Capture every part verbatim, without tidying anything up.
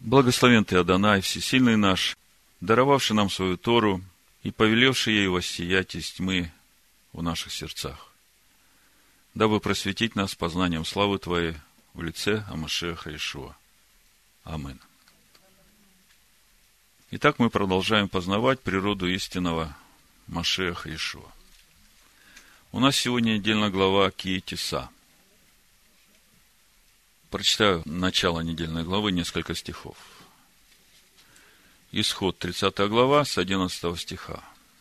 Благословен Ты, Адонай, всесильный наш, даровавший нам свою Тору и повелевший ей воссиять из тьмы в наших сердцах, дабы просветить нас познанием славы Твоей в лице ха-Машиаха Иешуа. Амин. Итак, мы продолжаем познавать природу истинного Машиаха Иешуа. У нас сегодня недельная глава Ки-Тиса. Прочитаю начало недельной главы, несколько стихов. Исход, тридцатая глава, с одиннадцатого стиха.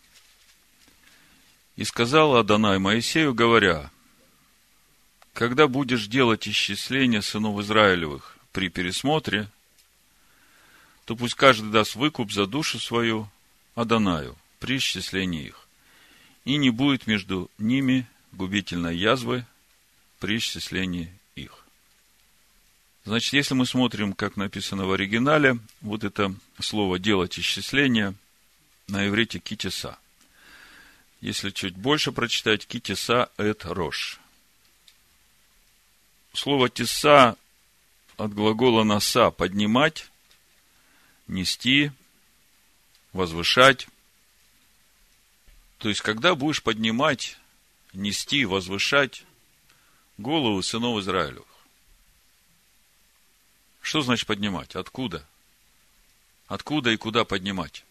«И сказал Адонай Моисею, говоря: когда будешь делать исчисление сынов Израилевых при пересмотре, то пусть каждый даст выкуп за душу свою Адонаю при исчислении их, и не будет между ними губительной язвы при исчислении их». Значит, если мы смотрим, как написано в оригинале, вот это слово «делать исчисление» на иврите «китиса». Если чуть больше прочитать, «китиса» – это «рош». Слово «тиса» от глагола «наса» – «поднимать», «нести», «возвышать». То есть, когда будешь поднимать, нести, возвышать голову сынов Израилевых. Что значит поднимать? Откуда? Откуда и куда поднимать?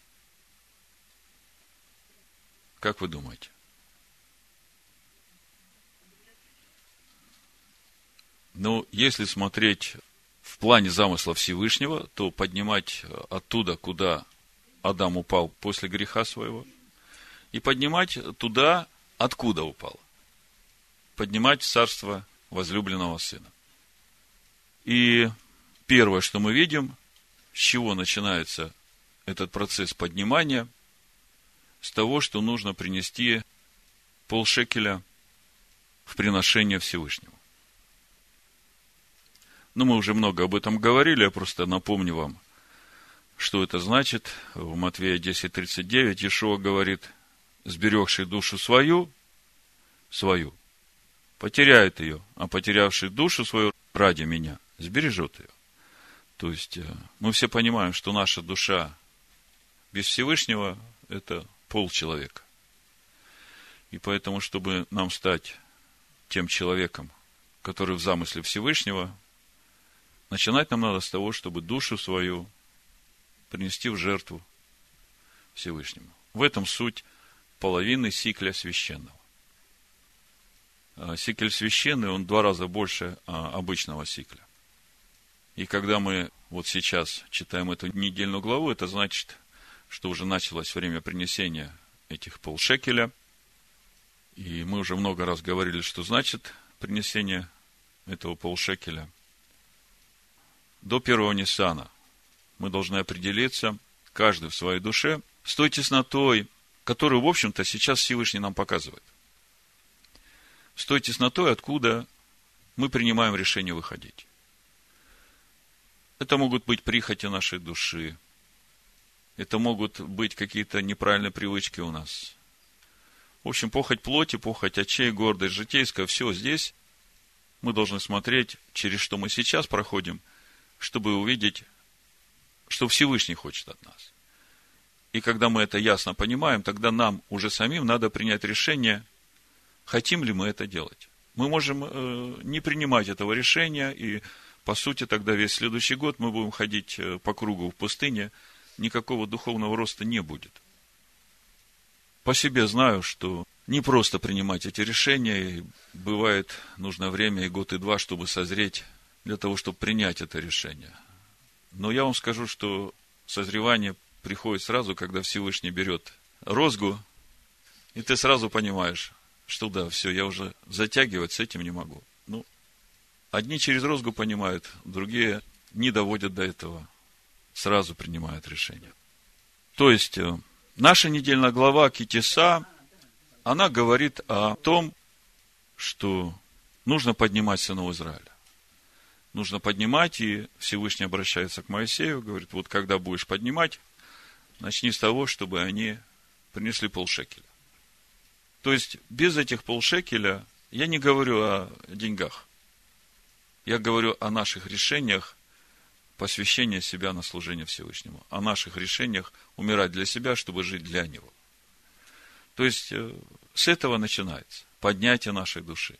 Как вы думаете? Ну, если смотреть в плане замысла Всевышнего, то поднимать оттуда, куда Адам упал после греха своего, и поднимать туда, откуда упал. Поднимать в царство возлюбленного сына. И первое, что мы видим, с чего начинается этот процесс поднимания, с того, что нужно принести полшекеля в приношение Всевышнему. Ну, мы уже много об этом говорили, я просто напомню вам, что это значит. В Матвея десять тридцать девять Иешуа говорит: сберегший душу свою, свою, потеряет ее, а потерявший душу свою ради меня, сбережет ее. То есть, мы все понимаем, что наша душа без Всевышнего – это полчеловека. И поэтому, чтобы нам стать тем человеком, который в замысле Всевышнего, начинать нам надо с того, чтобы душу свою принести в жертву Всевышнему. В этом суть половины сикля священного. Сикль священный, он в два раза больше обычного сикля. И когда мы вот сейчас читаем эту недельную главу, это значит, что уже началось время принесения этих полшекеля. И мы уже много раз говорили, что значит принесение этого полшекеля. До первого Ниссана мы должны определиться, каждый в своей душе, с той теснотой, которую, в общем-то, сейчас Всевышний нам показывает. С той теснотой, откуда мы принимаем решение выходить. Это могут быть прихоти нашей души. Это могут быть какие-то неправильные привычки у нас. В общем, похоть плоти, похоть очей, гордость житейская, все здесь мы должны смотреть, через что мы сейчас проходим, чтобы увидеть, что Всевышний хочет от нас. И когда мы это ясно понимаем, тогда нам уже самим надо принять решение, хотим ли мы это делать. Мы можем э, не принимать этого решения, и по сути, тогда весь следующий год мы будем ходить по кругу в пустыне, никакого духовного роста не будет. По себе знаю, что не просто принимать эти решения, и бывает нужно время и год, и два, чтобы созреть, для того, чтобы принять это решение. Но я вам скажу, что созревание приходит сразу, когда Всевышний берет розгу, и ты сразу понимаешь, что да, все, я уже затягивать с этим не могу. Ну, одни через розгу понимают, другие не доводят до этого, сразу принимают решение. То есть, наша недельная глава Ки-Тиса, она говорит о том, что нужно поднимать сынов Израиля. Нужно поднимать, и Всевышний обращается к Моисею, говорит: вот когда будешь поднимать, начни с того, чтобы они принесли полшекеля. То есть, без этих полшекеля я не говорю о деньгах. Я говорю о наших решениях посвящения себя на служение Всевышнему, о наших решениях умирать для себя, чтобы жить для Него. То есть, с этого начинается поднятие нашей души.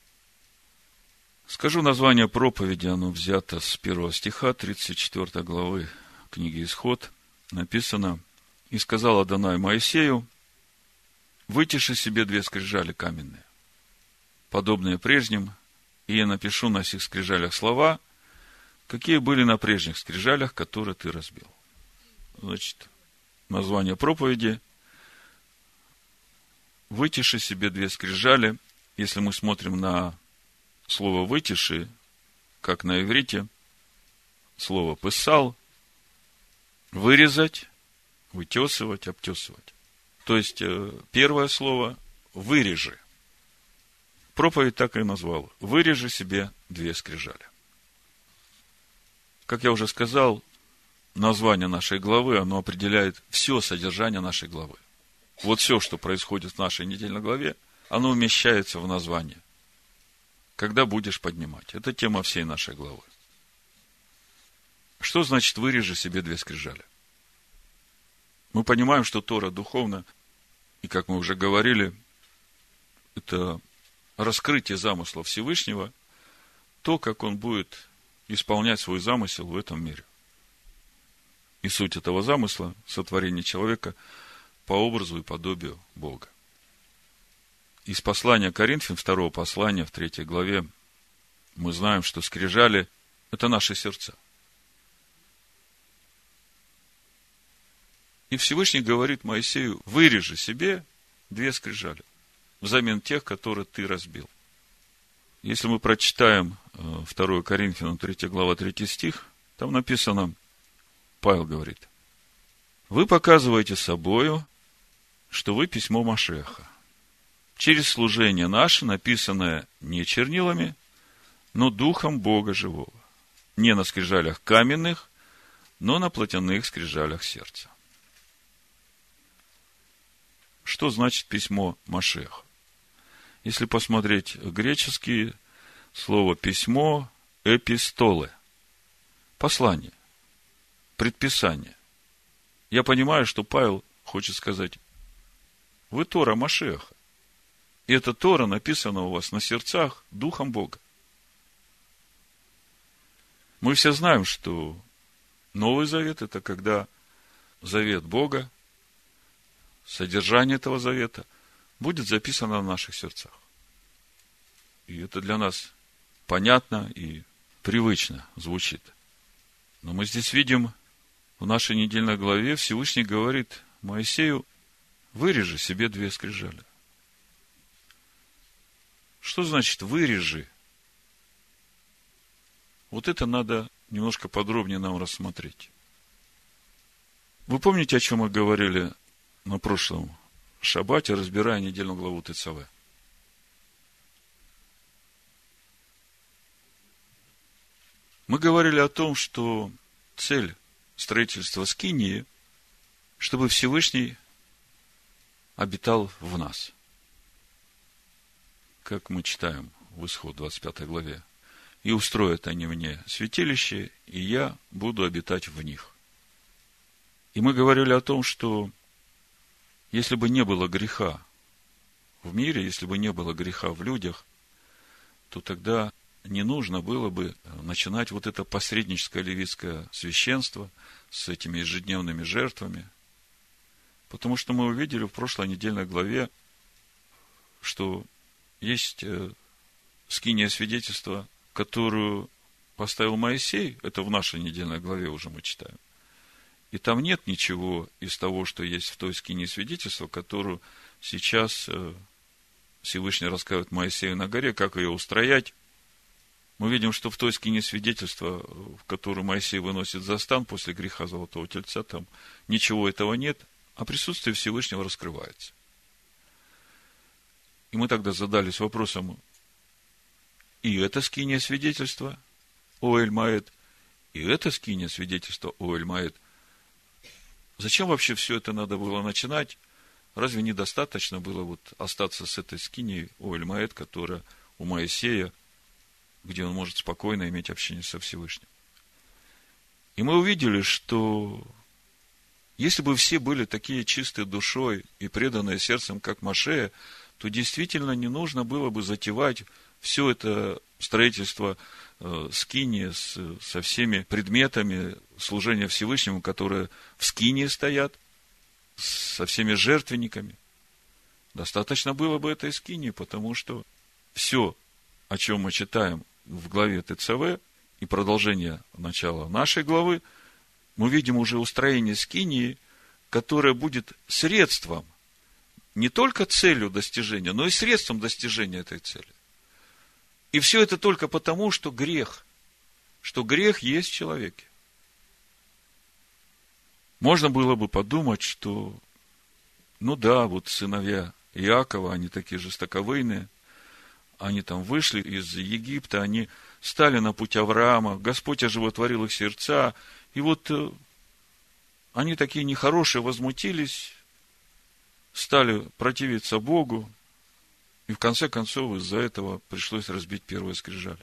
Скажу название проповеди, оно взято с первого стиха тридцать четвёртой главы книги Исход. Написано: «И сказал Адонай Моисею: вытиши себе две скрижали каменные, подобные прежним, и я напишу на сих скрижалях слова, какие были на прежних скрижалях, которые ты разбил». Значит, название проповеди: вытиши себе две скрижали. Если мы смотрим на слово «вытиши», как на иврите, слово «писал», вырезать, вытесывать, обтесывать. То есть, первое слово «вырежи». Проповедь так и назвал: «Вырежи себе две скрижали». Как я уже сказал, название нашей главы, оно определяет все содержание нашей главы. Вот все, что происходит в нашей недельной главе, оно умещается в название. Когда будешь поднимать. Это тема всей нашей главы. Что значит «вырежи себе две скрижали»? Мы понимаем, что Тора духовна, и, как мы уже говорили, это раскрытие замысла Всевышнего, то, как Он будет исполнять свой замысел в этом мире. И суть этого замысла – сотворение человека по образу и подобию Бога. Из послания Коринфянам, второго послания, в третьей главе, мы знаем, что скрижали – это наши сердца. И Всевышний говорит Моисею: вырежи себе две скрижали взамен тех, которые ты разбил. Если мы прочитаем второе Коринфянам, третья глава, третий стих, там написано, Павел говорит: вы показываете собою, что вы письмо Машеха, через служение наше, написанное не чернилами, но духом Бога живого, не на скрижалях каменных, но на плотяных скрижалях сердца. Что значит письмо Машеха? Если посмотреть греческий, слово письмо – эпистоле, послание, предписание. Я понимаю, что Павел хочет сказать: вы Тора Машеха. И эта Тора написана у вас на сердцах Духом Бога. Мы все знаем, что Новый Завет – это когда завет Бога, содержание этого завета будет записано в наших сердцах. И это для нас понятно и привычно звучит. Но мы здесь видим, в нашей недельной главе Всевышний говорит Моисею: вырежи себе две скрижали. Что значит вырежи? Вот это надо немножко подробнее нам рассмотреть. Вы помните, о чем мы говорили на прошлом шаббате, разбирая недельную главу Тецаве? Мы говорили о том, что цель строительства скинии, чтобы Всевышний обитал в нас. Как мы читаем в Исход двадцать пятой главе: «И устроят они мне святилище, и я буду обитать в них». И мы говорили о том, что если бы не было греха в мире, если бы не было греха в людях, то тогда не нужно было бы начинать вот это посредническое левитское священство с этими ежедневными жертвами. Потому что мы увидели в прошлой недельной главе, что есть скиния свидетельства, которую поставил Моисей, это в нашей недельной главе уже мы читаем. И там нет ничего из того, что есть в той скинии свидетельства, которую сейчас Всевышний рассказывает Моисею на горе, как ее устроять. Мы видим, что в той скинии свидетельства, в которую Моисей выносит за стан после греха золотого тельца, там ничего этого нет, а присутствие Всевышнего раскрывается. И мы тогда задались вопросом: и это скиния свидетельства Оэль-Моэд, и это скиния свидетельства Оэль-Моэд. Зачем вообще все это надо было начинать? Разве недостаточно было вот остаться с этой скинией Оэль-Моэд, которая у Моисея, где он может спокойно иметь общение со Всевышним? И мы увидели, что если бы все были такие чистые душой и преданные сердцем, как Мошея, то действительно не нужно было бы затевать все это строительство э, скинии с, со всеми предметами служения Всевышнему, которые в скинии стоят, со всеми жертвенниками. Достаточно было бы этой скинии, потому что все, о чем мы читаем в главе ТЦВ и продолжение начала нашей главы, мы видим уже устроение скинии, которое будет средством, не только целью достижения, но и средством достижения этой цели. И все это только потому, что грех, что грех есть в человеке. Можно было бы подумать, что, ну да, вот сыновья Иакова, они такие жестоковыйные, они там вышли из Египта, они стали на путь Авраама, Господь оживотворил их сердца, и вот они такие нехорошие, возмутились, стали противиться Богу, и в конце концов из-за этого пришлось разбить первую скрижаль.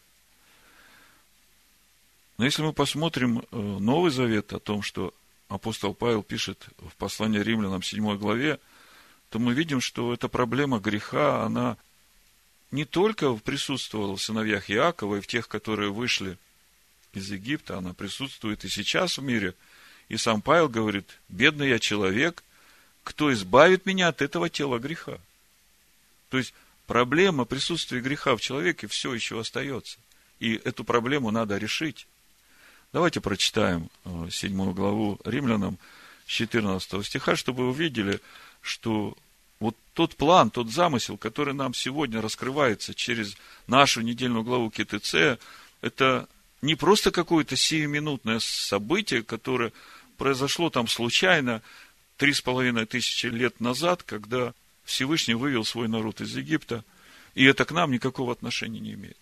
Но если мы посмотрим Новый Завет о том, что апостол Павел пишет в послании Римлянам седьмой главе, то мы видим, что эта проблема греха, она не только присутствовала в сыновьях Иакова и в тех, которые вышли из Египта, она присутствует и сейчас в мире. И сам Павел говорит: бедный я человек, кто избавит меня от этого тела греха? То есть, проблема присутствия греха в человеке все еще остается. И эту проблему надо решить. Давайте прочитаем седьмую главу Римлянам с четырнадцатого стиха, чтобы вы увидели, что вот тот план, тот замысел, который нам сегодня раскрывается через нашу недельную главу КТЦ, это не просто какое-то сиюминутное событие, которое произошло там случайно три с половиной тысячи лет назад, когда Всевышний вывел свой народ из Египта, и это к нам никакого отношения не имеет.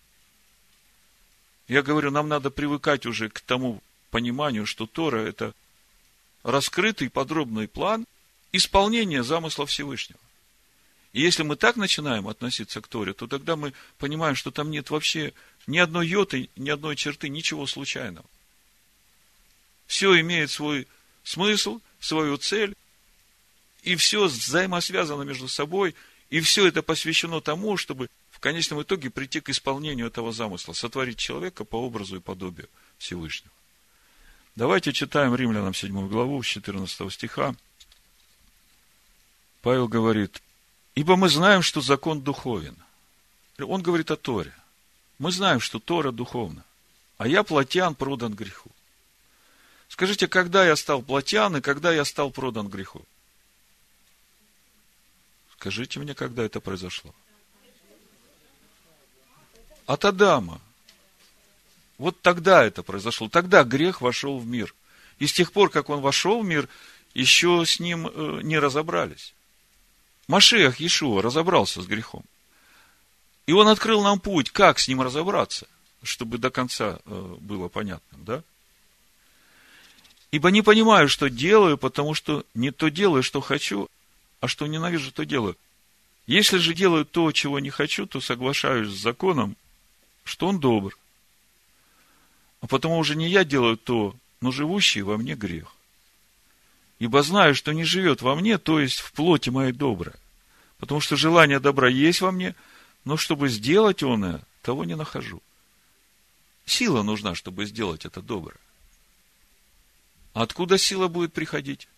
Я говорю, нам надо привыкать уже к тому пониманию, что Тора – это раскрытый подробный план исполнения замысла Всевышнего. И если мы так начинаем относиться к Торе, то тогда мы понимаем, что там нет вообще ни одной йоты, ни одной черты, ничего случайного. Все имеет свой смысл, свою цель, и все взаимосвязано между собой, и все это посвящено тому, чтобы в конечном итоге прийти к исполнению этого замысла, сотворить человека по образу и подобию Всевышнего. Давайте читаем Римлянам седьмую главу, с четырнадцатого стиха. Павел говорит: ибо мы знаем, что закон духовен. Он говорит о Торе. Мы знаем, что Тора духовна, а я плотян, продан греху. Скажите, когда я стал плотян и когда я стал продан греху? Скажите мне, когда это произошло? От Адама. Вот тогда это произошло. Тогда грех вошел в мир. И с тех пор, как он вошел в мир, еще с ним не разобрались. Машиах Иешуа разобрался с грехом. И он открыл нам путь, как с ним разобраться, чтобы до конца было понятным, да? Ибо не понимаю, что делаю, потому что не то делаю, что хочу, а что ненавижу, то делаю. Если же делаю то, чего не хочу, то соглашаюсь с законом, что он добр. А потому уже не я делаю то, но живущий во мне грех. Ибо знаю, что не живет во мне, то есть в плоти моей доброе. Потому что желание добра есть во мне, но чтобы сделать оное, того не нахожу. Сила нужна, чтобы сделать это доброе. А откуда сила будет приходить?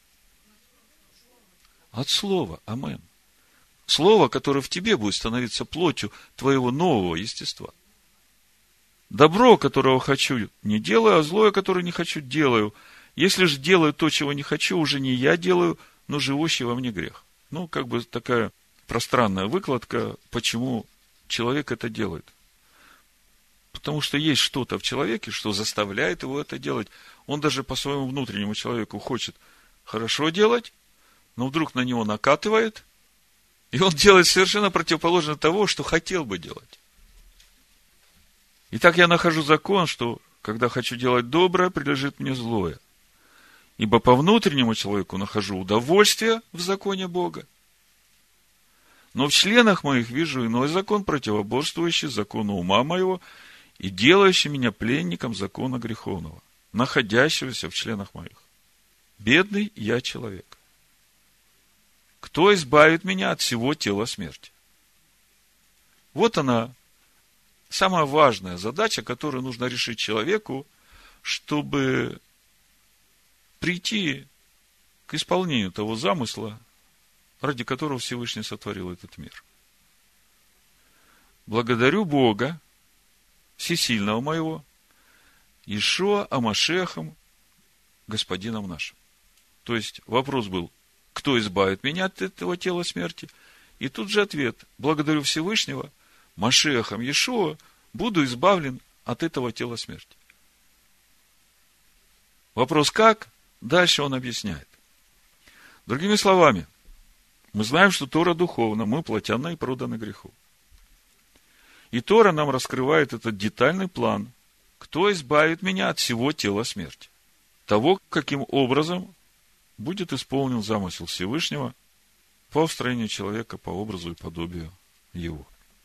От слова. Амен. Слово, которое в тебе будет становиться плотью твоего нового естества. Добро, которого хочу, не делаю, а злое, которое не хочу, делаю. Если же делаю то, чего не хочу, уже не я делаю, но живущий во мне грех. Ну, как бы такая пространная выкладка, почему человек это делает. Потому что есть что-то в человеке, что заставляет его это делать. Он даже по своему внутреннему человеку хочет хорошо делать, но вдруг на него накатывает, и он делает совершенно противоположно того, что хотел бы делать. Итак, я нахожу закон, что, когда хочу делать доброе, прилежит мне злое. Ибо по внутреннему человеку нахожу удовольствие в законе Бога. Но в членах моих вижу иной закон, противоборствующий закону ума моего и делающий меня пленником закона греховного. находящегося в членах моих. Бедный я человек. Кто избавит меня от всего тела смерти? Вот она, самая важная задача, которую нужно решить человеку, чтобы прийти к исполнению того замысла, ради которого Всевышний сотворил этот мир. Благодарю Бога, всесильного моего, Иешуа Амашехом, Господином нашим. То есть, вопрос был, кто избавит меня от этого тела смерти? И тут же ответ, благодарю Всевышнего, Машехом Иешуа, буду избавлен от этого тела смерти. Вопрос как? Дальше он объясняет. Другими словами, мы знаем, что Тора духовна, мы плотяны и проданы греху. И Тора нам раскрывает этот детальный план, кто избавит меня от всего тела смерти. Того, каким образом будет исполнен замысел Всевышнего по устроению человека по образу и подобию его.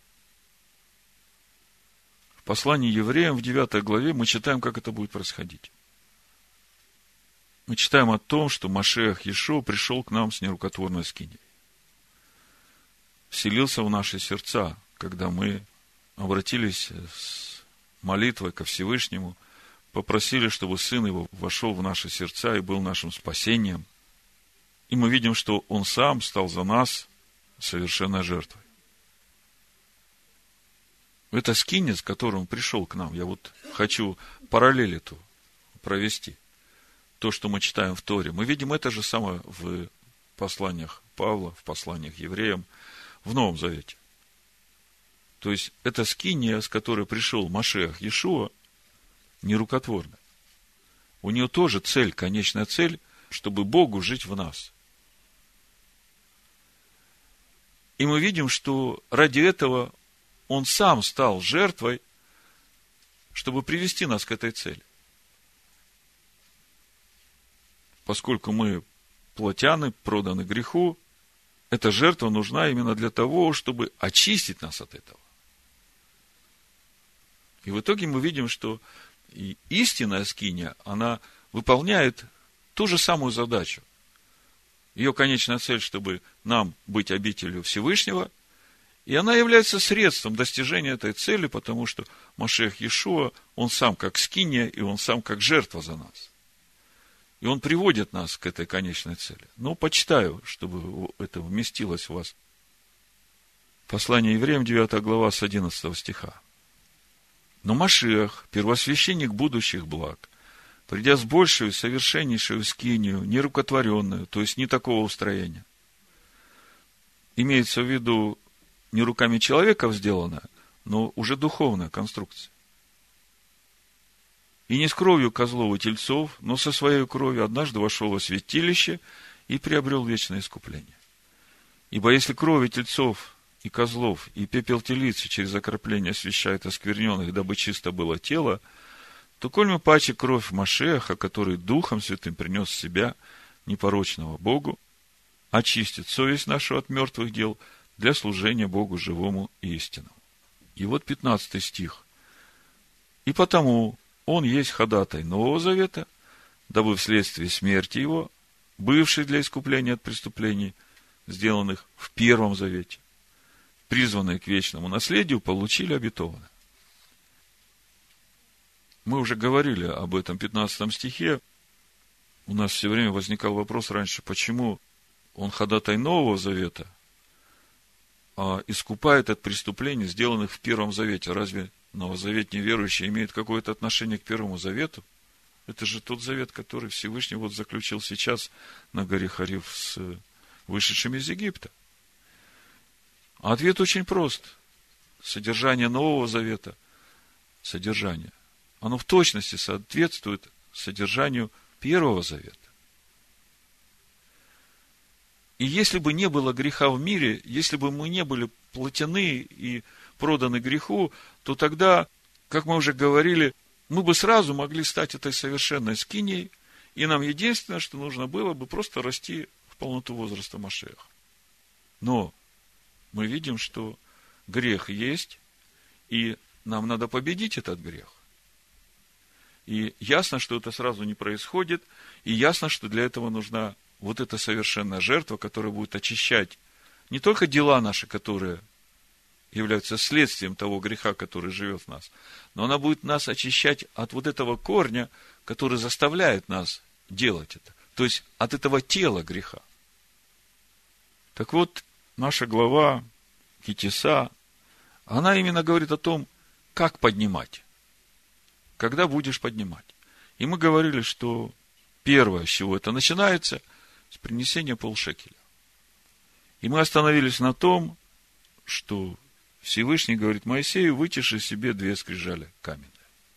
В послании Евреям в девятой главе мы читаем, как это будет происходить. Мы читаем о том, что Машиах Иешуа пришел к нам с нерукотворной скиней. Вселился в наши сердца, когда мы обратились с молитвой ко Всевышнему, попросили, чтобы Сын Его вошел в наши сердца и был нашим спасением. И мы видим, что Он Сам стал за нас совершенной жертвой. Это скиния, с которым Он пришел к нам. Я вот хочу параллель эту провести. То, что мы читаем в Торе. Мы видим это же самое в посланиях Павла, в посланиях евреям, в Новом Завете. То есть, это скиния, с которой пришел Машиах Иешуа, нерукотворная. У нее тоже цель, конечная цель, чтобы Богу жить в нас. И мы видим, что ради этого Он Сам стал жертвой, чтобы привести нас к этой цели. Поскольку мы плотяны, проданы греху, эта жертва нужна именно для того, чтобы очистить нас от этого. И в итоге мы видим, что и истинная скиния, она выполняет ту же самую задачу. Ее конечная цель, чтобы нам быть обителью Всевышнего, и она является средством достижения этой цели, потому что Машиах Иешуа, Он Сам как скиния, и Он Сам как жертва за нас. И Он приводит нас к этой конечной цели. Ну, почитаю, чтобы это вместилось в вас. Послание Евреям, девятая глава, с одиннадцатого стиха. Но Машиах, первосвященник будущих благ, придя с большую, совершеннейшую скинию, нерукотворенную, то есть не такого устроения, имеется в виду не руками человеков сделанная, но уже духовная конструкция. И не с кровью козлов и тельцов, но со своей кровью однажды вошел во святилище и приобрел вечное искупление. Ибо если крови тельцов и козлов, и пепел телицы через окропление освящает оскверненных, дабы чисто было тело, то коль мы паче кровь Машиаха, который Духом Святым принес себя непорочного Богу, очистит совесть нашу от мертвых дел для служения Богу живому и истинному. И вот пятнадцатый стих. И потому Он есть ходатай Нового Завета, дабы вследствие смерти Его, бывший для искупления от преступлений, сделанных в Первом Завете, призванные к вечному наследию, получили обетованное. Мы уже говорили об этом пятнадцатом стихе. У нас все время возникал вопрос раньше, почему он ходатай Нового Завета, а искупает от преступлений, сделанных в Первом Завете. Разве новозаветные верующие имеют какое-то отношение к Первому Завету? Это же тот завет, который Всевышний вот заключил сейчас на горе Харив с вышедшими из Египта. А ответ очень прост. Содержание Нового Завета, содержание, оно в точности соответствует содержанию Первого Завета. И если бы не было греха в мире, если бы мы не были плотяны и проданы греху, то тогда, как мы уже говорили, мы бы сразу могли стать этой совершенной скинией, и нам единственное, что нужно было бы просто расти в полноту возраста Машиаха. Но мы видим, что грех есть, и нам надо победить этот грех. И ясно, что это сразу не происходит, и ясно, что для этого нужна вот эта совершенная жертва, которая будет очищать не только дела наши, которые являются следствием того греха, который живет в нас, но она будет нас очищать от вот этого корня, который заставляет нас делать это. То есть, от этого тела греха. Так вот, наша глава Ки-Тиса, она именно говорит о том, как поднимать. Когда будешь поднимать. И мы говорили, что первое, с чего это начинается, с принесения полшекеля. И мы остановились на том, что Всевышний говорит Моисею: вытиши себе две скрижали каменные.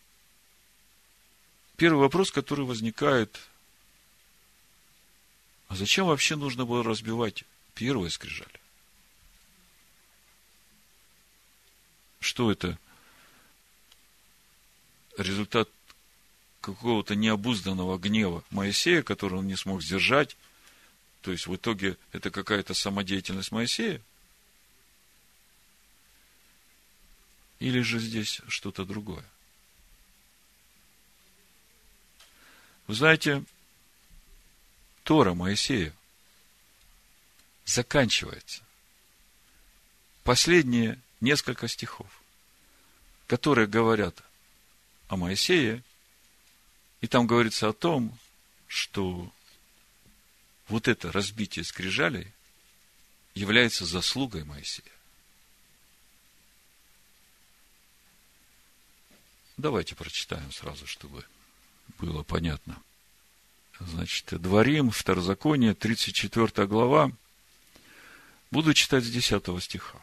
Первый вопрос, который возникает: а зачем вообще нужно было разбивать первые скрижали? Что это? Результат какого-то необузданного гнева Моисея, который он не смог сдержать. То есть, в итоге, это какая-то самодеятельность Моисея? Или же здесь что-то другое? Вы знаете, Тора Моисея заканчивается. Последние несколько стихов, которые говорят о Моисее, и там говорится о том, что вот это разбитие скрижалей является заслугой Моисея. Давайте прочитаем сразу, чтобы было понятно. Значит, Дворим, Второзаконие, тридцать четвёртая глава. Буду читать с десятого стиха.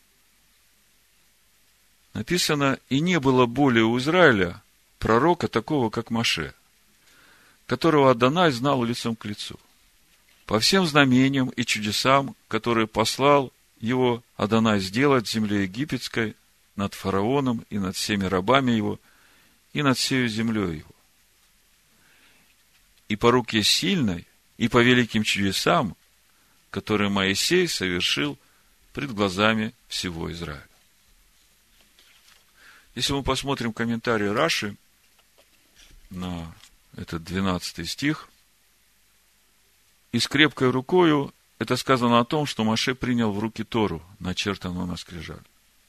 Написано: «И не было более у Израиля пророка такого, как Моше, которого Адонай знал лицом к лицу. По всем знамениям и чудесам, которые послал его Адонай сделать в земле египетской, над фараоном и над всеми рабами его, и над всею землей его. И по руке сильной, и по великим чудесам, которые Моисей совершил пред глазами всего Израиля». Если мы посмотрим комментарий Раши на этот двенадцатый стих, «И с крепкой рукою» это сказано о том, что Моше принял в руки Тору, начертанную на скрижаль.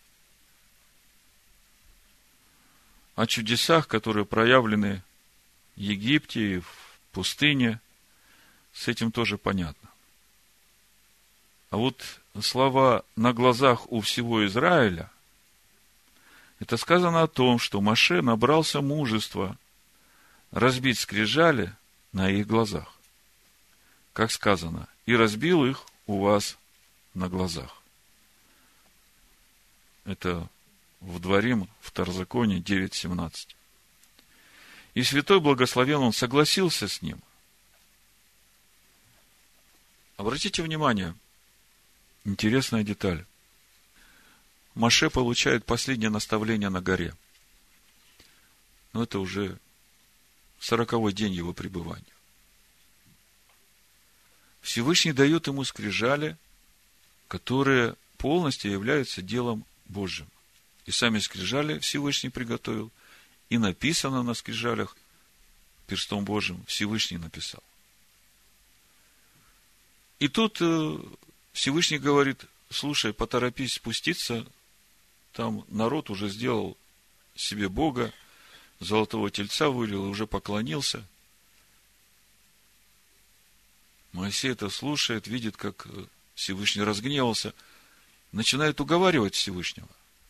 О чудесах, которые проявлены в Египте и в пустыне, с этим тоже понятно. А вот слова «на глазах у всего Израиля» это сказано о том, что Моше набрался мужества разбить скрижали на их глазах. Как сказано: «И разбил их у вас на глазах». Это в Дворим, Второзаконие девять семнадцать. И святой благословен он согласился с ним. Обратите внимание, интересная деталь. Моше получает последнее наставление на горе. Но это уже сороковой день его пребывания. Всевышний дает ему скрижали, которые полностью являются делом Божьим. И сами скрижали Всевышний приготовил, и написано на скрижалях перстом Божьим Всевышний написал. И тут Всевышний говорит: слушай, поторопись спуститься, там народ уже сделал себе Бога, золотого тельца вылил и уже поклонился. Моисей это слушает, видит, как Всевышний разгневался, начинает уговаривать Всевышнего.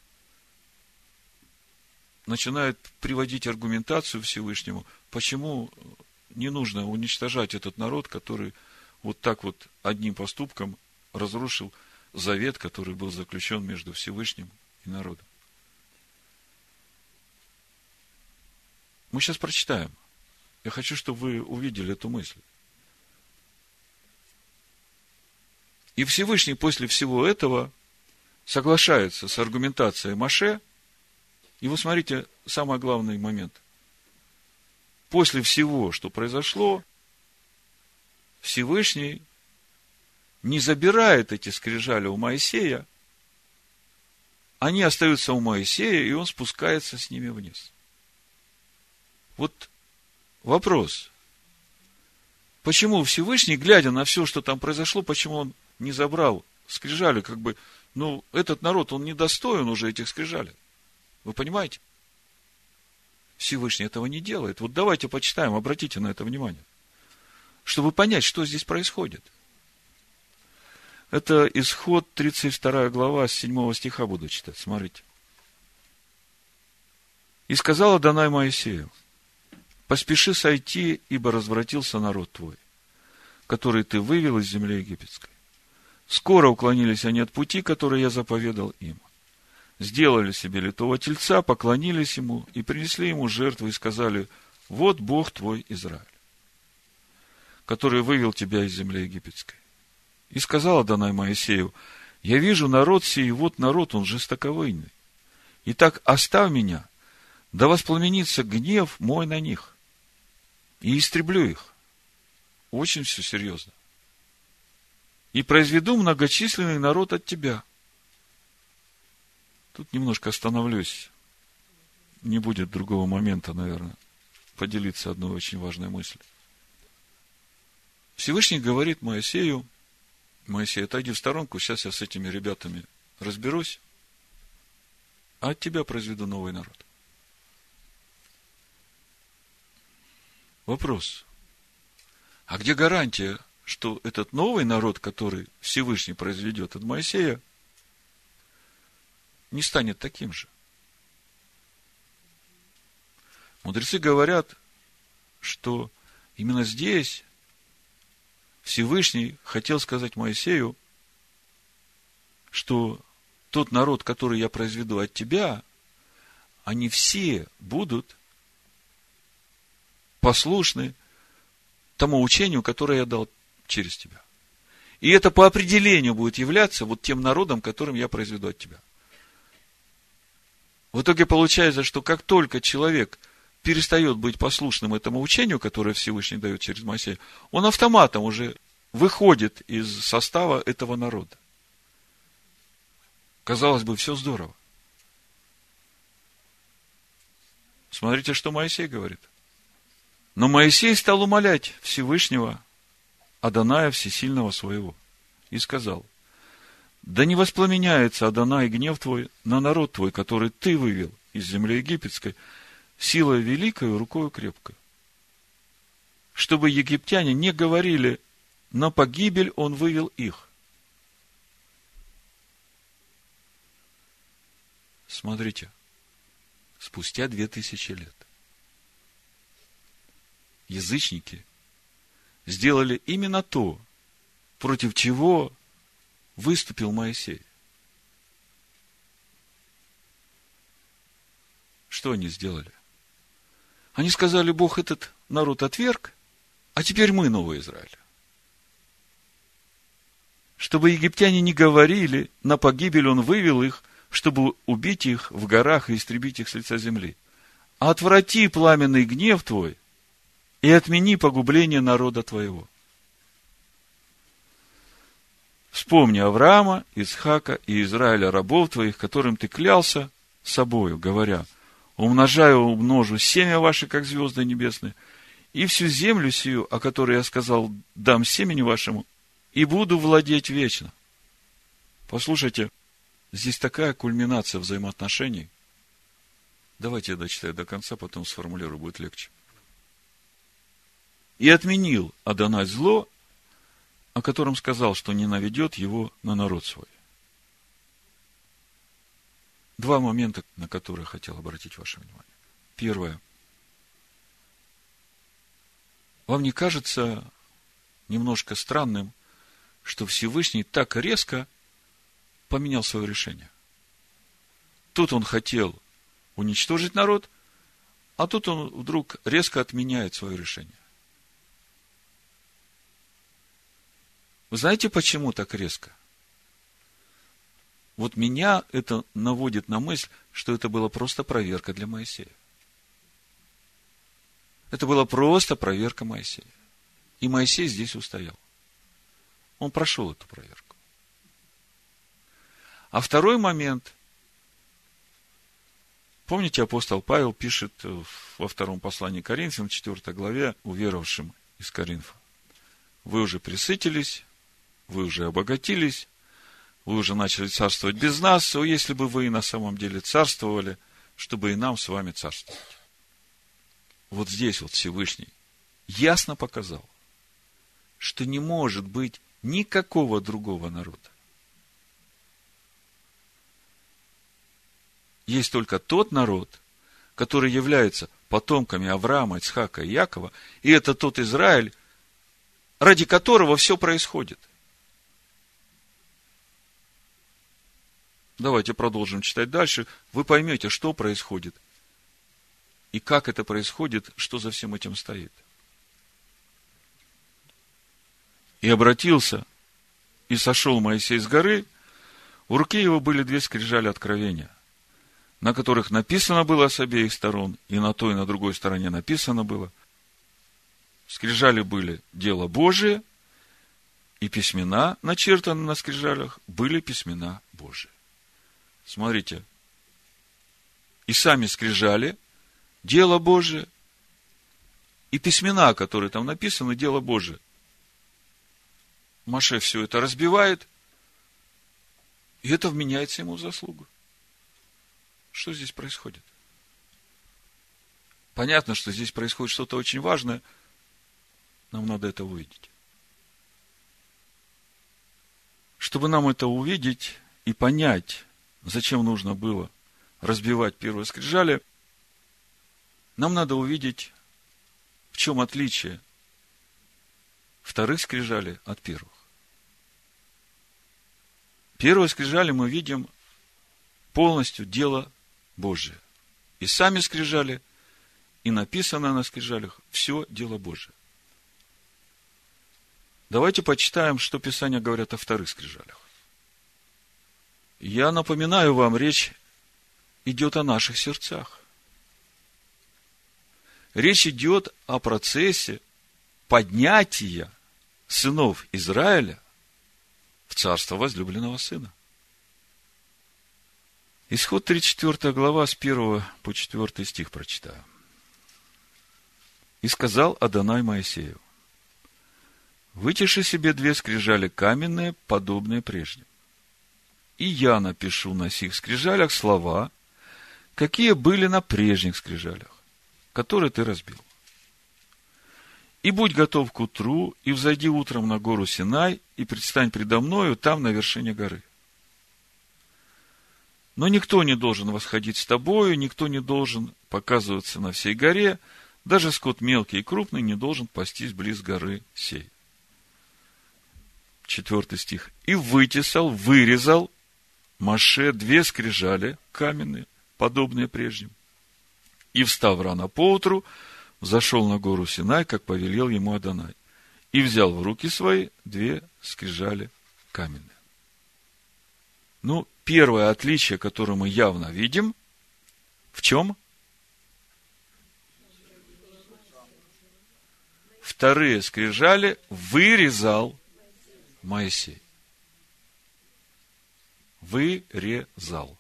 Начинает приводить аргументацию Всевышнему, почему не нужно уничтожать этот народ, который вот так вот одним поступком разрушил завет, который был заключен между Всевышним и народом. Мы сейчас прочитаем. Я хочу, чтобы вы увидели эту мысль. И Всевышний после всего этого соглашается с аргументацией Моше. И вы смотрите, самый главный момент. После всего, что произошло, Всевышний не забирает эти скрижали у Моисея, они остаются у Моисея, и он спускается с ними вниз. Вот вопрос. Почему Всевышний, глядя на все, что там произошло, почему он не забрал скрижали, как бы, ну, этот народ, он недостоин уже этих скрижалей. Вы понимаете? Всевышний этого не делает. Вот давайте почитаем, обратите на это внимание. Чтобы понять, что здесь происходит. Это Исход, тридцать вторая глава, с седьмого стиха буду читать. Смотрите. «И сказал Адонай Моисею: поспеши сойти, ибо развратился народ твой, который ты вывел из земли египетской. Скоро уклонились они от пути, который я заповедал им. Сделали себе литого тельца, поклонились ему и принесли ему жертву и сказали: вот Бог твой Израиль, который вывел тебя из земли египетской. И сказал Адонай Моисею: я вижу народ сей, вот народ, он жестоковыйный. Итак, оставь меня, да воспламенится гнев мой на них, и истреблю их». Очень все серьезно. «И произведу многочисленный народ от тебя». Тут немножко остановлюсь. Не будет другого момента, наверное, поделиться одной очень важной мыслью. Всевышний говорит Моисею: Моисей, отойди в сторонку, сейчас я с этими ребятами разберусь, а от тебя произведу новый народ. Вопрос. А где гарантия, что этот новый народ, который Всевышний произведет от Моисея, не станет таким же? Мудрецы говорят, что именно здесь Всевышний хотел сказать Моисею, что тот народ, который я произведу от тебя, они все будут послушны тому учению, которое я дал через тебя. И это по определению будет являться вот тем народом, которым я произведу от тебя. В итоге получается, что как только человек перестает быть послушным этому учению, которое Всевышний дает через Моисея, он автоматом уже выходит из состава этого народа. Казалось бы, все здорово. Смотрите, что Моисей говорит. Но Моисей стал умолять Всевышнего, Адоная Всесильного своего, и сказал: да не воспламеняется, Адонай, гнев твой на народ твой, который ты вывел из земли египетской, силой великой, рукою крепкой, чтобы египтяне не говорили: на погибель он вывел их. Смотрите, спустя две тысячи лет язычники сделали именно то, против чего выступил Моисей. Что они сделали? Они сказали: Бог этот народ отверг, а теперь мы новый Израиль. Чтобы египтяне не говорили: на погибель он вывел их, чтобы убить их в горах и истребить их с лица земли. Отврати пламенный гнев твой и отмени погубление народа твоего. Вспомни Авраама, Исхака и Израиля, рабов твоих, которым ты клялся собою, говоря: умножаю, умножу семя ваше, как звезды небесные, и всю землю сию, о которой я сказал, дам семени вашему, и буду владеть вечно. Послушайте, здесь такая кульминация взаимоотношений. Давайте я дочитаю до конца, потом сформулирую, будет легче. И отменил Адонай зло, о котором сказал, что не наведет его на народ свой. Два момента, на которые я хотел обратить ваше внимание. Первое. Вам не кажется немножко странным, что Всевышний так резко поменял свое решение? Тут он хотел уничтожить народ, а тут он вдруг резко отменяет свое решение. Вы знаете, почему так резко? Вот меня это наводит на мысль, что это была просто проверка для Моисея. Это была просто проверка Моисея. И Моисей здесь устоял. Он прошел эту проверку. А второй момент. Помните, апостол Павел пишет во втором послании к Коринфянам, четвёртой главе, уверовавшим из Коринфа: вы уже пресытились, вы уже обогатились, вы уже начали царствовать без нас, о, если бы вы на самом деле царствовали, чтобы и нам с вами царствовать. Вот здесь вот Всевышний ясно показал, что не может быть никакого другого народа. Есть только тот народ, который является потомками Авраама, Ицхака и Якова, и это тот Израиль, ради которого все происходит. Давайте продолжим читать дальше. Вы поймете, что происходит и как это происходит, что за всем этим стоит. И обратился, и сошел Моисей с горы, в руке его были две скрижали откровения, на которых написано было с обеих сторон, и на той, и на другой стороне написано было. Скрижали были дело Божие, и письмена, начертанные на скрижалях, были письмена Божии. Смотрите, и сами скрижали, дело Божие, и письмена, которые там написаны, дело Божие. Моше все это разбивает, и это вменяется ему в заслугу. Что здесь происходит? Понятно, что здесь происходит что-то очень важное. Нам надо это увидеть. Чтобы нам это увидеть и понять, зачем нужно было разбивать первые скрижали, нам надо увидеть, в чем отличие вторых скрижалей от первых. Первые скрижали мы видим полностью дело Божие. И сами скрижали, и написано на скрижалях все дело Божие. Давайте почитаем, что Писания говорят о вторых скрижалях. Я напоминаю вам, речь идет о наших сердцах. Речь идет о процессе поднятия сынов Израиля в царство возлюбленного сына. Исход тридцать четвёртая глава, с первого по четвёртый стих прочитаю. «И сказал Адонай Моисею: вытеши себе две скрижали каменные, подобные прежним. И я напишу на сих скрижалях слова, какие были на прежних скрижалях, которые ты разбил. И будь готов к утру, и взойди утром на гору Синай, и предстань предо мною там, на вершине горы. Но никто не должен восходить с тобою, никто не должен показываться на всей горе, даже скот мелкий и крупный не должен пастись близ горы сей». Четвертый стих. «И вытесал, вырезал Моше две скрижали каменные, подобные прежним. И, встав рано поутру, взошел на гору Синай, как повелел ему Адонай, и взял в руки свои две скрижали каменные». Ну, первое отличие, которое мы явно видим, в чем? Вторые скрижали вырезал Моисей. Вырезал.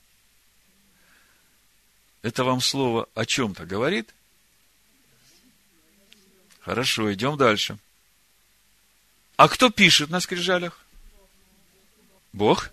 Это вам слово о чем-то говорит? Хорошо, идем дальше. А кто пишет на скрижалях? Бог.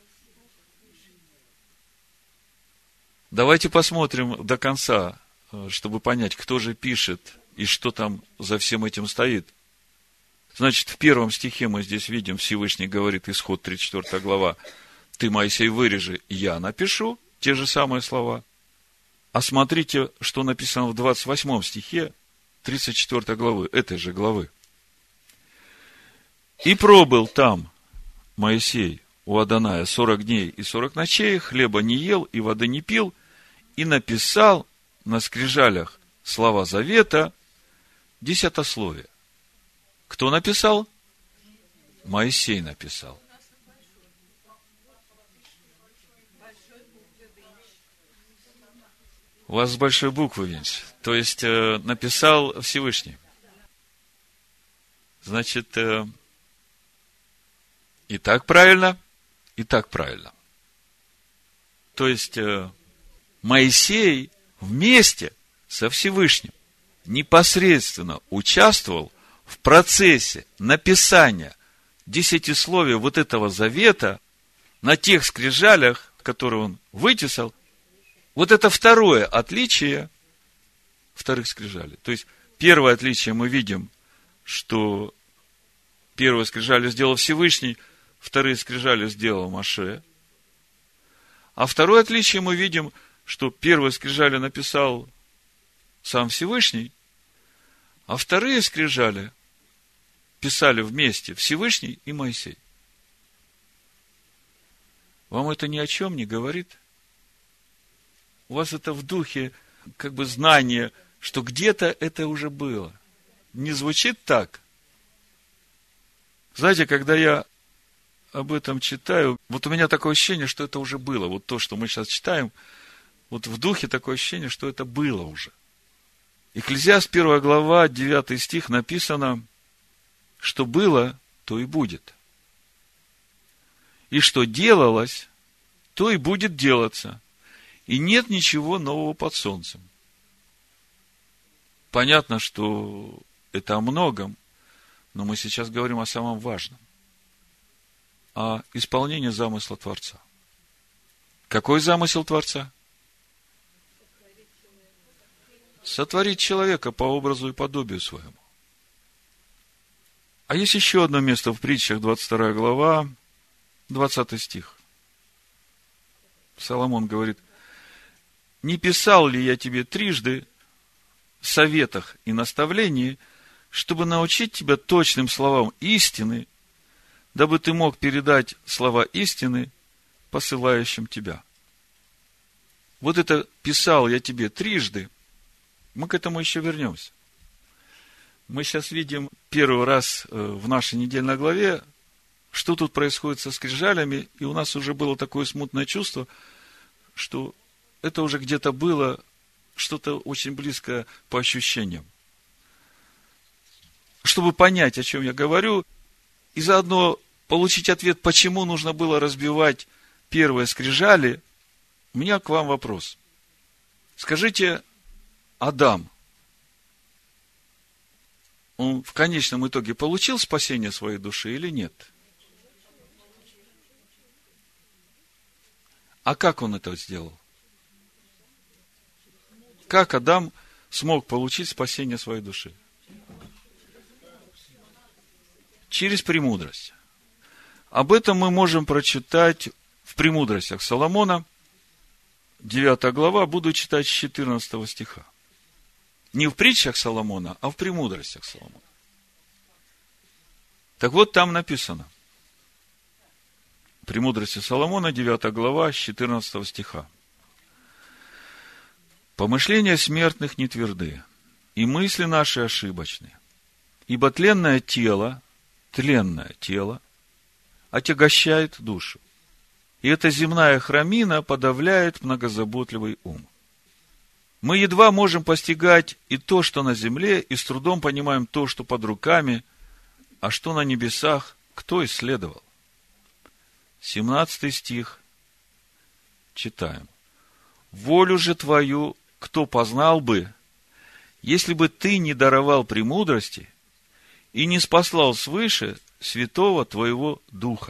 Давайте посмотрим до конца, чтобы понять, кто же пишет и что там за всем этим стоит. Значит, в первом стихе мы здесь видим, Всевышний говорит, Исход тридцать четвёртая глава: ты, Моисей, вырежи, я напишу, те же самые слова. А смотрите, что написано в двадцать восьмом стихе тридцать четвёртой главы, этой же главы. И пробыл там Моисей у Адоная сорок дней и сорок ночей, хлеба не ел и воды не пил, и написал на скрижалях слова завета, десятословие. Кто написал? Моисей написал. У вас с большой буквы, Винч. То есть, э, написал Всевышний. Значит, э, и так правильно, и так правильно. То есть, э, Моисей вместе со Всевышним непосредственно участвовал в процессе написания десятисловия вот этого завета на тех скрижалях, которые он вытесал, вот это второе отличие вторых скрижалей. То есть, первое отличие мы видим, что первые скрижали сделал Всевышний, вторые скрижали сделал Моше. А второе отличие мы видим, что первые скрижали написал сам Всевышний, а вторые скрижали писали вместе Всевышний и Моисей. Вам это ни о чем не говорит? У вас это в духе, как бы знание, что где-то это уже было. Не звучит так? Знаете, когда я об этом читаю, вот у меня такое ощущение, что это уже было. Вот то, что мы сейчас читаем, вот в духе такое ощущение, что это было уже. Экклезиаст, первая глава, девятый стих написано, что было, то и будет. И что делалось, то и будет делаться. И нет ничего нового под солнцем. Понятно, что это о многом, но мы сейчас говорим о самом важном. О исполнении замысла Творца. Какой замысел Творца? Сотворить человека по образу и подобию своему. А есть еще одно место в притчах, двадцать вторая глава, двадцатый стих. Соломон говорит: «Не писал ли я тебе трижды в советах и наставлении, чтобы научить тебя точным словам истины, дабы ты мог передать слова истины посылающим тебя». Вот это «писал я тебе трижды», мы к этому еще вернемся. Мы сейчас видим первый раз в нашей недельной главе, что тут происходит со скрижалями, и у нас уже было такое смутное чувство, что это уже где-то было что-то очень близкое по ощущениям. Чтобы понять, о чем я говорю, и заодно получить ответ, почему нужно было разбивать первые скрижали, у меня к вам вопрос. Скажите, Адам, он в конечном итоге получил спасение своей души или нет? А как он это сделал? Как Адам смог получить спасение своей души? Через премудрость. Об этом мы можем прочитать в премудростях Соломона, девятая глава, буду читать с четырнадцатого стиха. Не в притчах Соломона, а в премудростях Соломона. Так вот, там написано. Премудрости Соломона, девятая глава, с четырнадцатого стиха. «Помышления смертных не тверды, и мысли наши ошибочны. Ибо тленное тело, тленное тело, отягощает душу, и эта земная храмина подавляет многозаботливый ум. Мы едва можем постигать и то, что на земле, и с трудом понимаем то, что под руками, а что на небесах, кто исследовал?» семнадцатый стих. Читаем. «Волю же твою кто познал бы, если бы ты не даровал премудрости и не спаслал свыше святого твоего духа?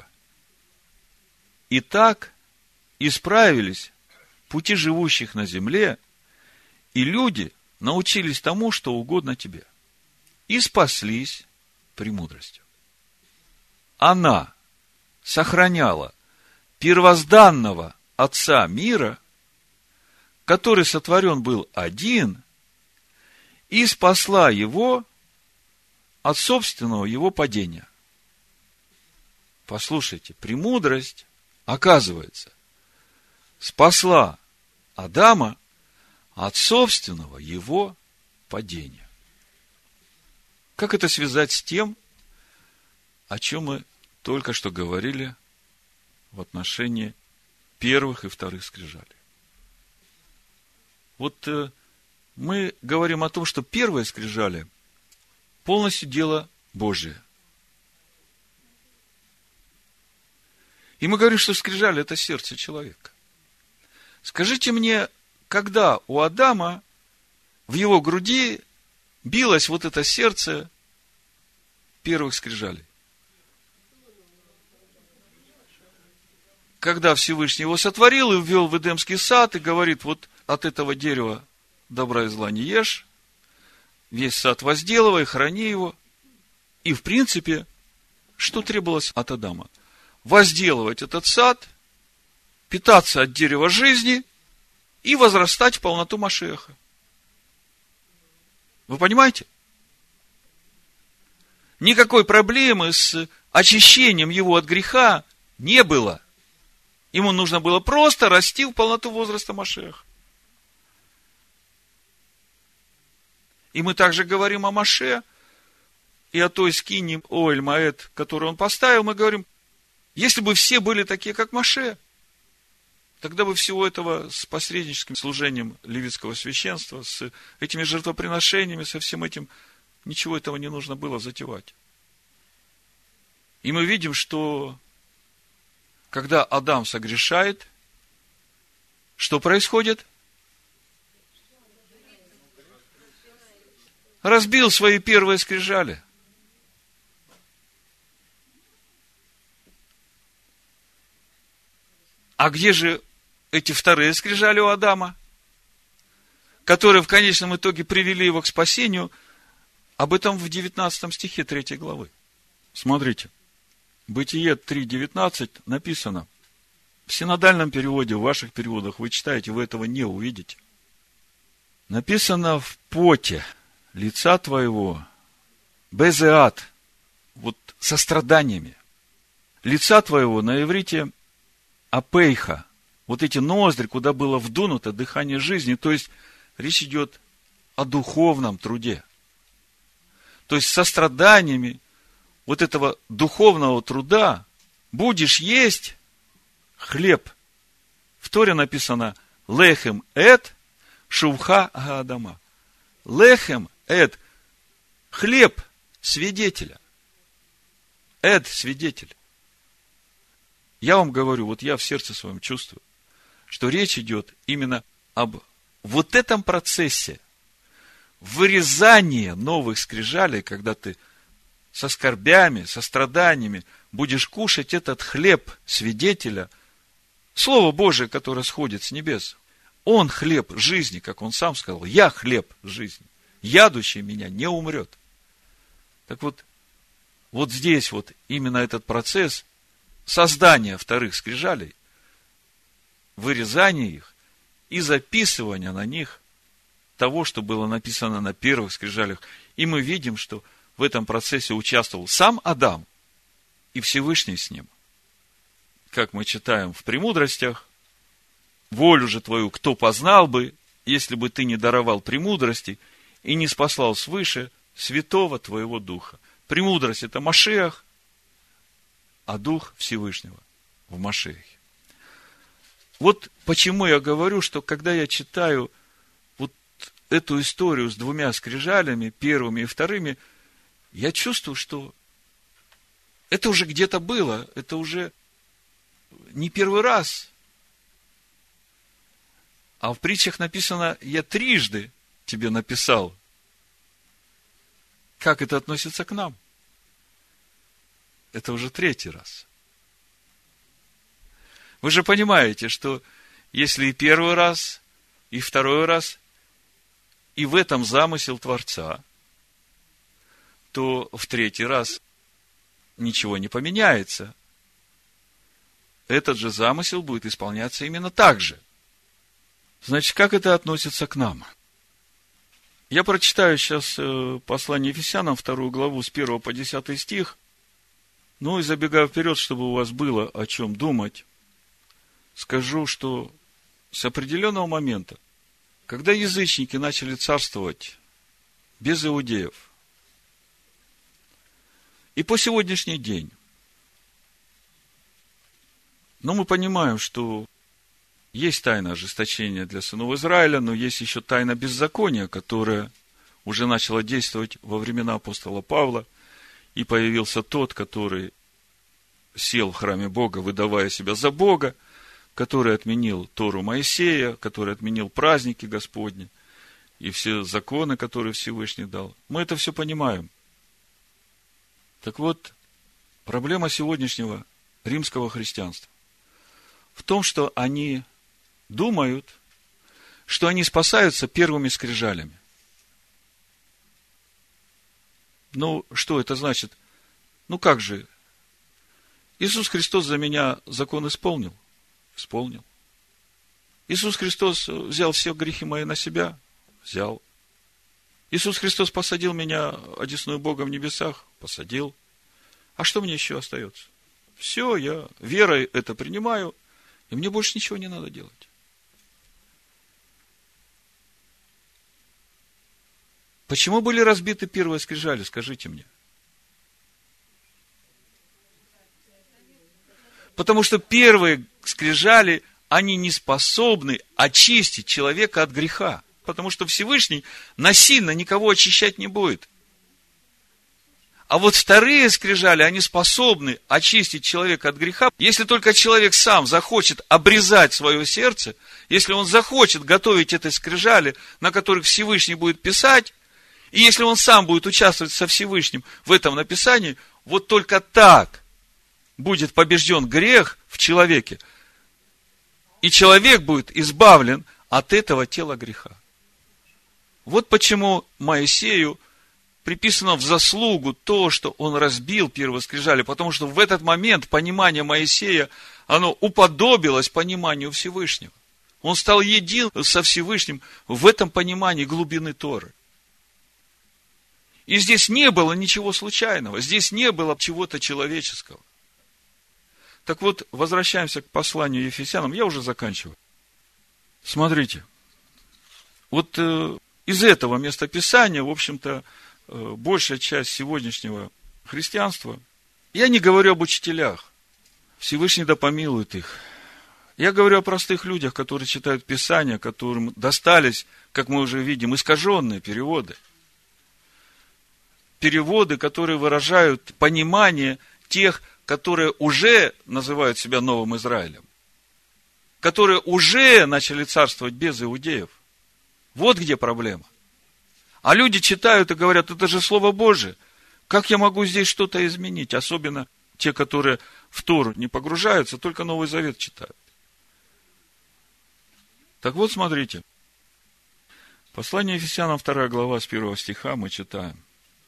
Итак, исправились пути живущих на земле, и люди научились тому, что угодно тебе, и спаслись премудростью. Она сохраняла первозданного Отца мира, который сотворен был один, и спасла его от собственного его падения». Послушайте, премудрость, оказывается, спасла Адама от собственного его падения. Как это связать с тем, о чем мы только что говорили в отношении первых и вторых скрижалей? Вот э, мы говорим о том, что первые скрижали полностью дело Божие. И мы говорим, что скрижали – это сердце человека. Скажите мне, когда у Адама в его груди билось вот это сердце первых скрижалей. Когда Всевышний его сотворил и ввел в Эдемский сад, и говорит, вот от этого дерева добра и зла не ешь, весь сад возделывай, храни его. И, в принципе, что требовалось от Адама? Возделывать этот сад, питаться от дерева жизни и возрастать в полноту Машиаха. Вы понимаете? Никакой проблемы с очищением его от греха не было. Ему нужно было просто расти в полноту возраста Машиаха. И мы также говорим о Моше и о той скине Оэль Моэд, которую он поставил, мы говорим, если бы все были такие, как Моше, тогда бы всего этого с посредническим служением левитского священства, с этими жертвоприношениями, со всем этим, ничего этого не нужно было затевать. И мы видим, что когда Адам согрешает, что происходит? Разбил свои первые скрижали. А где же эти вторые скрижали у Адама, которые в конечном итоге привели его к спасению? Об этом в девятнадцатом стихе третьей главы. Смотрите. Бытие три девятнадцать написано. В синодальном переводе, в ваших переводах вы читаете, вы этого не увидите. Написано в поте лица твоего, безеат, вот со страданиями. Лица твоего на иврите апейха, вот эти ноздри, куда было вдунуто дыхание жизни, то есть речь идет о духовном труде. То есть со страданиями вот этого духовного труда будешь есть хлеб. В Торе написано лехем эд шувха гаадама. Лехем эд хлеб свидетеля. Эд свидетель. Я вам говорю, вот я в сердце своем чувствую, что речь идет именно об вот этом процессе вырезания новых скрижалей, когда ты со скорбями, со страданиями будешь кушать этот хлеб свидетеля, Слово Божие, которое сходит с небес. Он хлеб жизни, как он сам сказал, я хлеб жизни. Ядущий меня не умрет. Так вот, вот здесь вот именно этот процесс создания вторых скрижалей, вырезания их и записывания на них того, что было написано на первых скрижалях. И мы видим, что в этом процессе участвовал сам Адам и Всевышний с ним. Как мы читаем в «Премудростях», волю же твою кто познал бы, если бы ты не даровал премудрости и не спаслал свыше святого твоего духа. Премудрость – это Машиах, а дух Всевышнего в Машиахе. Вот почему я говорю, что когда я читаю вот эту историю с двумя скрижалями, первыми и вторыми, я чувствую, что это уже где-то было, это уже не первый раз. А в притчах написано, я трижды тебе написал. Как это относится к нам? Это уже третий раз. Вы же понимаете, что если и первый раз, и второй раз, и в этом замысел Творца, то в третий раз ничего не поменяется. Этот же замысел будет исполняться именно так же. Значит, как это относится к нам? Я прочитаю сейчас послание Ефесянам, вторую главу, с первого по десятый стих. Ну и забегая вперед, чтобы у вас было о чем думать, скажу, что с определенного момента, когда язычники начали царствовать без иудеев, и по сегодняшний день, но мы понимаем, что есть тайна ожесточения для сынов Израиля, но есть еще тайна беззакония, которая уже начала действовать во времена апостола Павла, и появился тот, который сел в храме Бога, выдавая себя за Бога. который отменил Тору Моисея, который отменил праздники Господни и все законы, которые Всевышний дал. Мы это все понимаем. Так вот, проблема сегодняшнего римского христианства в том, что они думают, что они спасаются первыми скрижалями. Ну, что это значит? Ну, как же? Иисус Христос за меня закон исполнил? Исполнил. Иисус Христос взял все грехи мои на себя? Взял. Иисус Христос посадил меня одесную Бога в небесах? Посадил. А что мне еще остается? Все, я верой это принимаю, и мне больше ничего не надо делать. Почему были разбиты первые скрижали, скажите мне? Потому что первые скрижали, они не способны очистить человека от греха. Потому что Всевышний насильно никого очищать не будет. А вот вторые скрижали, они способны очистить человека от греха, если только человек сам захочет обрезать свое сердце, если он захочет готовить эти скрижали, на которых Всевышний будет писать, и если он сам будет участвовать со Всевышним в этом написании, вот только так будет побежден грех в человеке, и человек будет избавлен от этого тела греха. Вот почему Моисею приписано в заслугу то, что он разбил первые скрижали, потому что в этот момент понимание Моисея, оно уподобилось пониманию Всевышнего. Он стал един со Всевышним в этом понимании глубины Торы. И здесь не было ничего случайного, здесь не было чего-то человеческого. Так вот, возвращаемся к посланию Ефесянам, я уже заканчиваю. Смотрите, вот э, из этого местописания, в общем-то, э, большая часть сегодняшнего христианства, я не говорю об учителях, Всевышний да помилует их. Я говорю о простых людях, которые читают Писания, которым достались, как мы уже видим, искаженные переводы. Переводы, которые выражают понимание тех, которые уже называют себя Новым Израилем, которые уже начали царствовать без иудеев. Вот где проблема. А люди читают и говорят, это же Слово Божие. Как я могу здесь что-то изменить? Особенно те, которые в Тору не погружаются, только Новый Завет читают. Так вот, смотрите. Послание Ефесянам, вторая глава, с первого стиха мы читаем.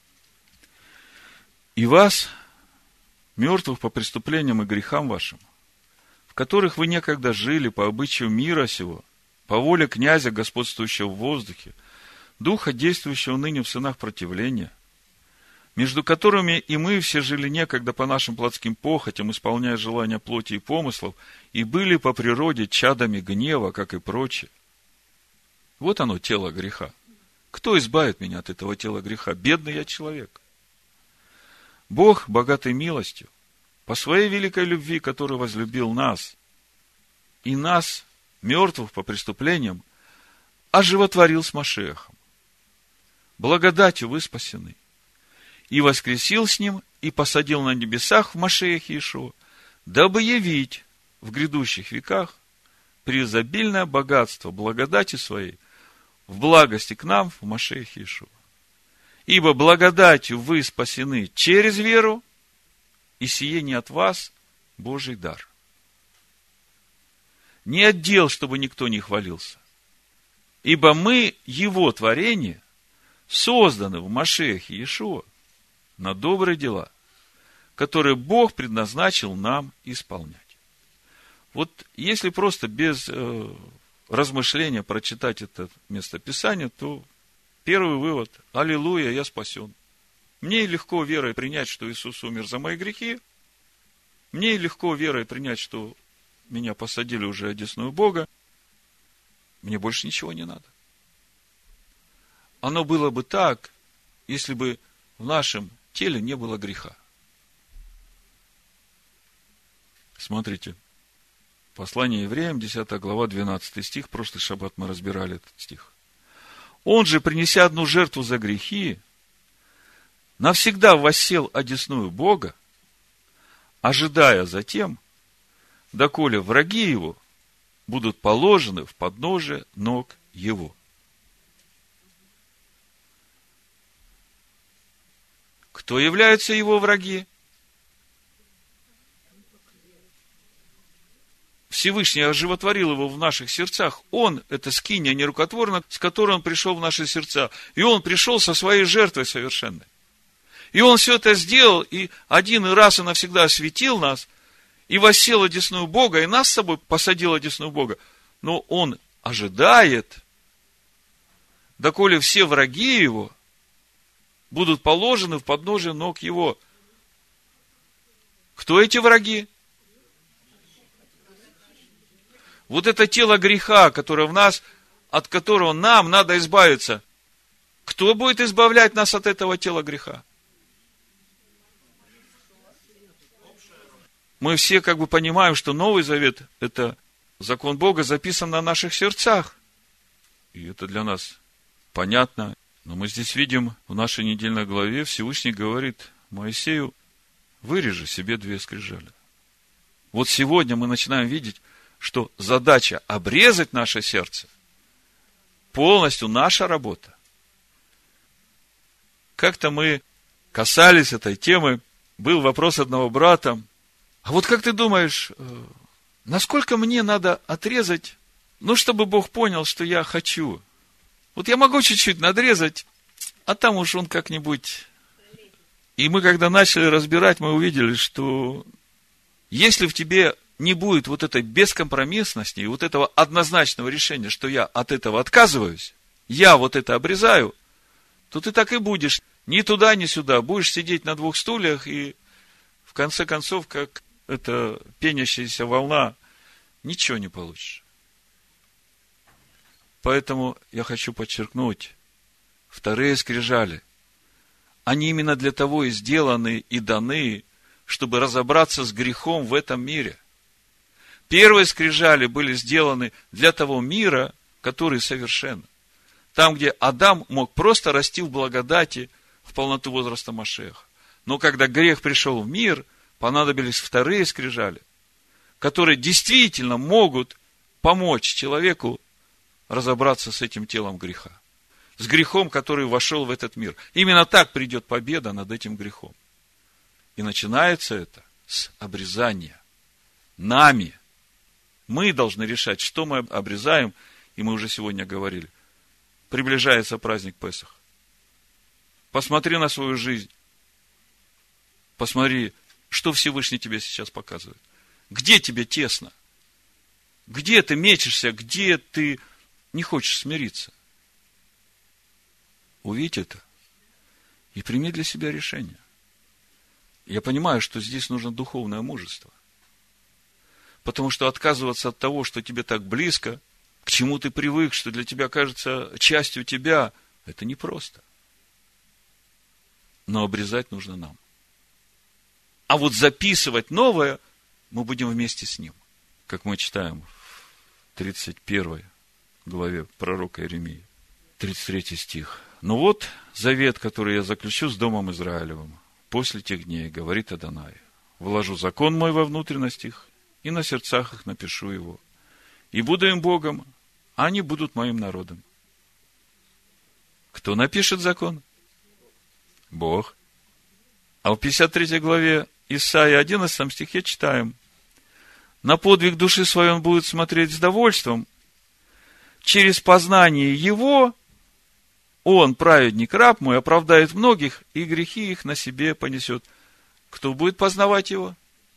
«И вас, мертвых по преступлениям и грехам вашим, в которых вы некогда жили по обычаю мира сего, по воле князя, господствующего в воздухе, духа, действующего ныне в сынах противления, между которыми и мы все жили некогда по нашим плотским похотям, исполняя желания плоти и помыслов, и были по природе чадами гнева, как и прочее». Вот оно, тело греха. Кто избавит меня от этого тела греха? Бедный я человек. Бог, богатый милостью, по своей великой любви, который возлюбил нас, и нас, мертвых по преступлениям, оживотворил с Машиахом. Благодатью вы спасены. И воскресил с ним, и посадил на небесах в Машиахе Иешуа, дабы явить в грядущих веках преизобильное богатство благодати своей в благости к нам в Машиахе Иешуа. Ибо благодатью вы спасены через веру, и сие не от вас Божий дар. Не от дел, чтобы никто не хвалился. Ибо мы, Его творение, созданы в Машиахе Иешуа на добрые дела, которые Бог предназначил нам исполнять. Вот если просто без э, размышления прочитать это местописание, то первый вывод: аллилуйя, я спасен. Мне легко верой принять, что Иисус умер за мои грехи. Мне легко верой принять, что меня посадили уже одесную Бога. Мне больше ничего не надо. Оно было бы так, если бы в нашем теле не было греха. Смотрите. Послание евреям, десятая глава, двенадцатый стих. В прошлый шаббат мы разбирали этот стих. Он же, принеся одну жертву за грехи, навсегда воссел одесную Бога, ожидая затем, доколе враги его будут положены в подножие ног его. Кто являются его враги? Всевышний оживотворил его в наших сердцах. Он, это скиния нерукотворна, с которой он пришел в наши сердца. И он пришел со своей жертвой совершенной. И он все это сделал, и один раз и навсегда осветил нас, и воссел одесную Бога, и нас с собой посадил одесную Бога. Но он ожидает, доколе все враги его будут положены в подножие ног его. Кто эти враги? Вот это тело греха, которое в нас, от которого нам надо избавиться. Кто будет избавлять нас от этого тела греха? Мы все как бы понимаем, что Новый Завет – это закон Бога, записан на наших сердцах. И это для нас понятно. Но мы здесь видим, в нашей недельной главе Всевышний говорит Моисею: вырежи себе две скрижали. Вот сегодня мы начинаем видеть, что задача обрезать наше сердце полностью наша работа. Как-то мы касались этой темы, был вопрос одного брата: а вот как ты думаешь, насколько мне надо отрезать, ну, чтобы Бог понял, что я хочу? Вот я могу чуть-чуть надрезать, а там уж он как-нибудь... И мы, когда начали разбирать, мы увидели, что если в тебе не будет вот этой бескомпромиссности и вот этого однозначного решения, что я от этого отказываюсь, я вот это обрезаю, то ты так и будешь ни туда, ни сюда. Будешь сидеть на двух стульях и в конце концов, как эта пенящаяся волна, ничего не получишь. Поэтому я хочу подчеркнуть, вторые скрижали, они именно для того и сделаны и даны, чтобы разобраться с грехом в этом мире. Первые скрижали были сделаны для того мира, который совершен. Там, где Адам мог просто расти в благодати, в полноту возраста Машиаха. Но когда грех пришел в мир, понадобились вторые скрижали, которые действительно могут помочь человеку разобраться с этим телом греха. С грехом, который вошел в этот мир. Именно так придет победа над этим грехом. И начинается это с обрезания. Нами. Мы должны решать, что мы обрезаем, и мы уже сегодня говорили. Приближается праздник Песах. Посмотри на свою жизнь. Посмотри, что Всевышний тебе сейчас показывает. Где тебе тесно? Где ты мечешься? Где ты не хочешь смириться? Увидь это и прими для себя решение. Я понимаю, что здесь нужно духовное мужество. Потому что отказываться от того, что тебе так близко, к чему ты привык, что для тебя кажется частью тебя, это непросто. Но обрезать нужно нам. А вот записывать новое мы будем вместе с ним. Как мы читаем в тридцать первой главе пророка Иеремии, тридцать третий стих. «Ну вот завет, который я заключу с домом Израилевым после тех дней, говорит Адонай, вложу закон мой во внутренность их, и на сердцах их напишу его. И буду им Богом, а они будут моим народом». Кто напишет закон? Бог. А в пятьдесят третьей главе Исаии одиннадцатом стихе читаем: «На подвиг души своей он будет смотреть с довольством, через познание его он, праведник, раб мой, оправдает многих, и грехи их на себе понесет». Кто будет познавать его?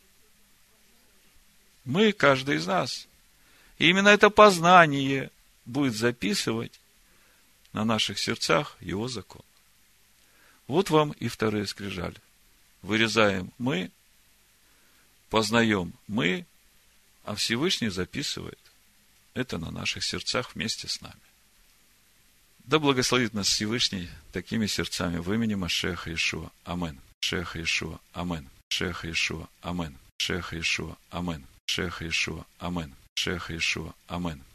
Мы, каждый из нас. И именно это познание будет записывать на наших сердцах его закон. Вот вам и вторые скрижали. Вырезаем мы, познаем мы, а Всевышний записывает это на наших сердцах вместе с нами. Да благословит нас Всевышний такими сердцами в имени Машиаха Иешуа. Амен. Машиаха Иешуа. Амен. Машиаха Иешуа. Амен. Машиаха Иешуа. Амен. Машиаха Иешуа. Амен. Машиаха Иешуа. Амен.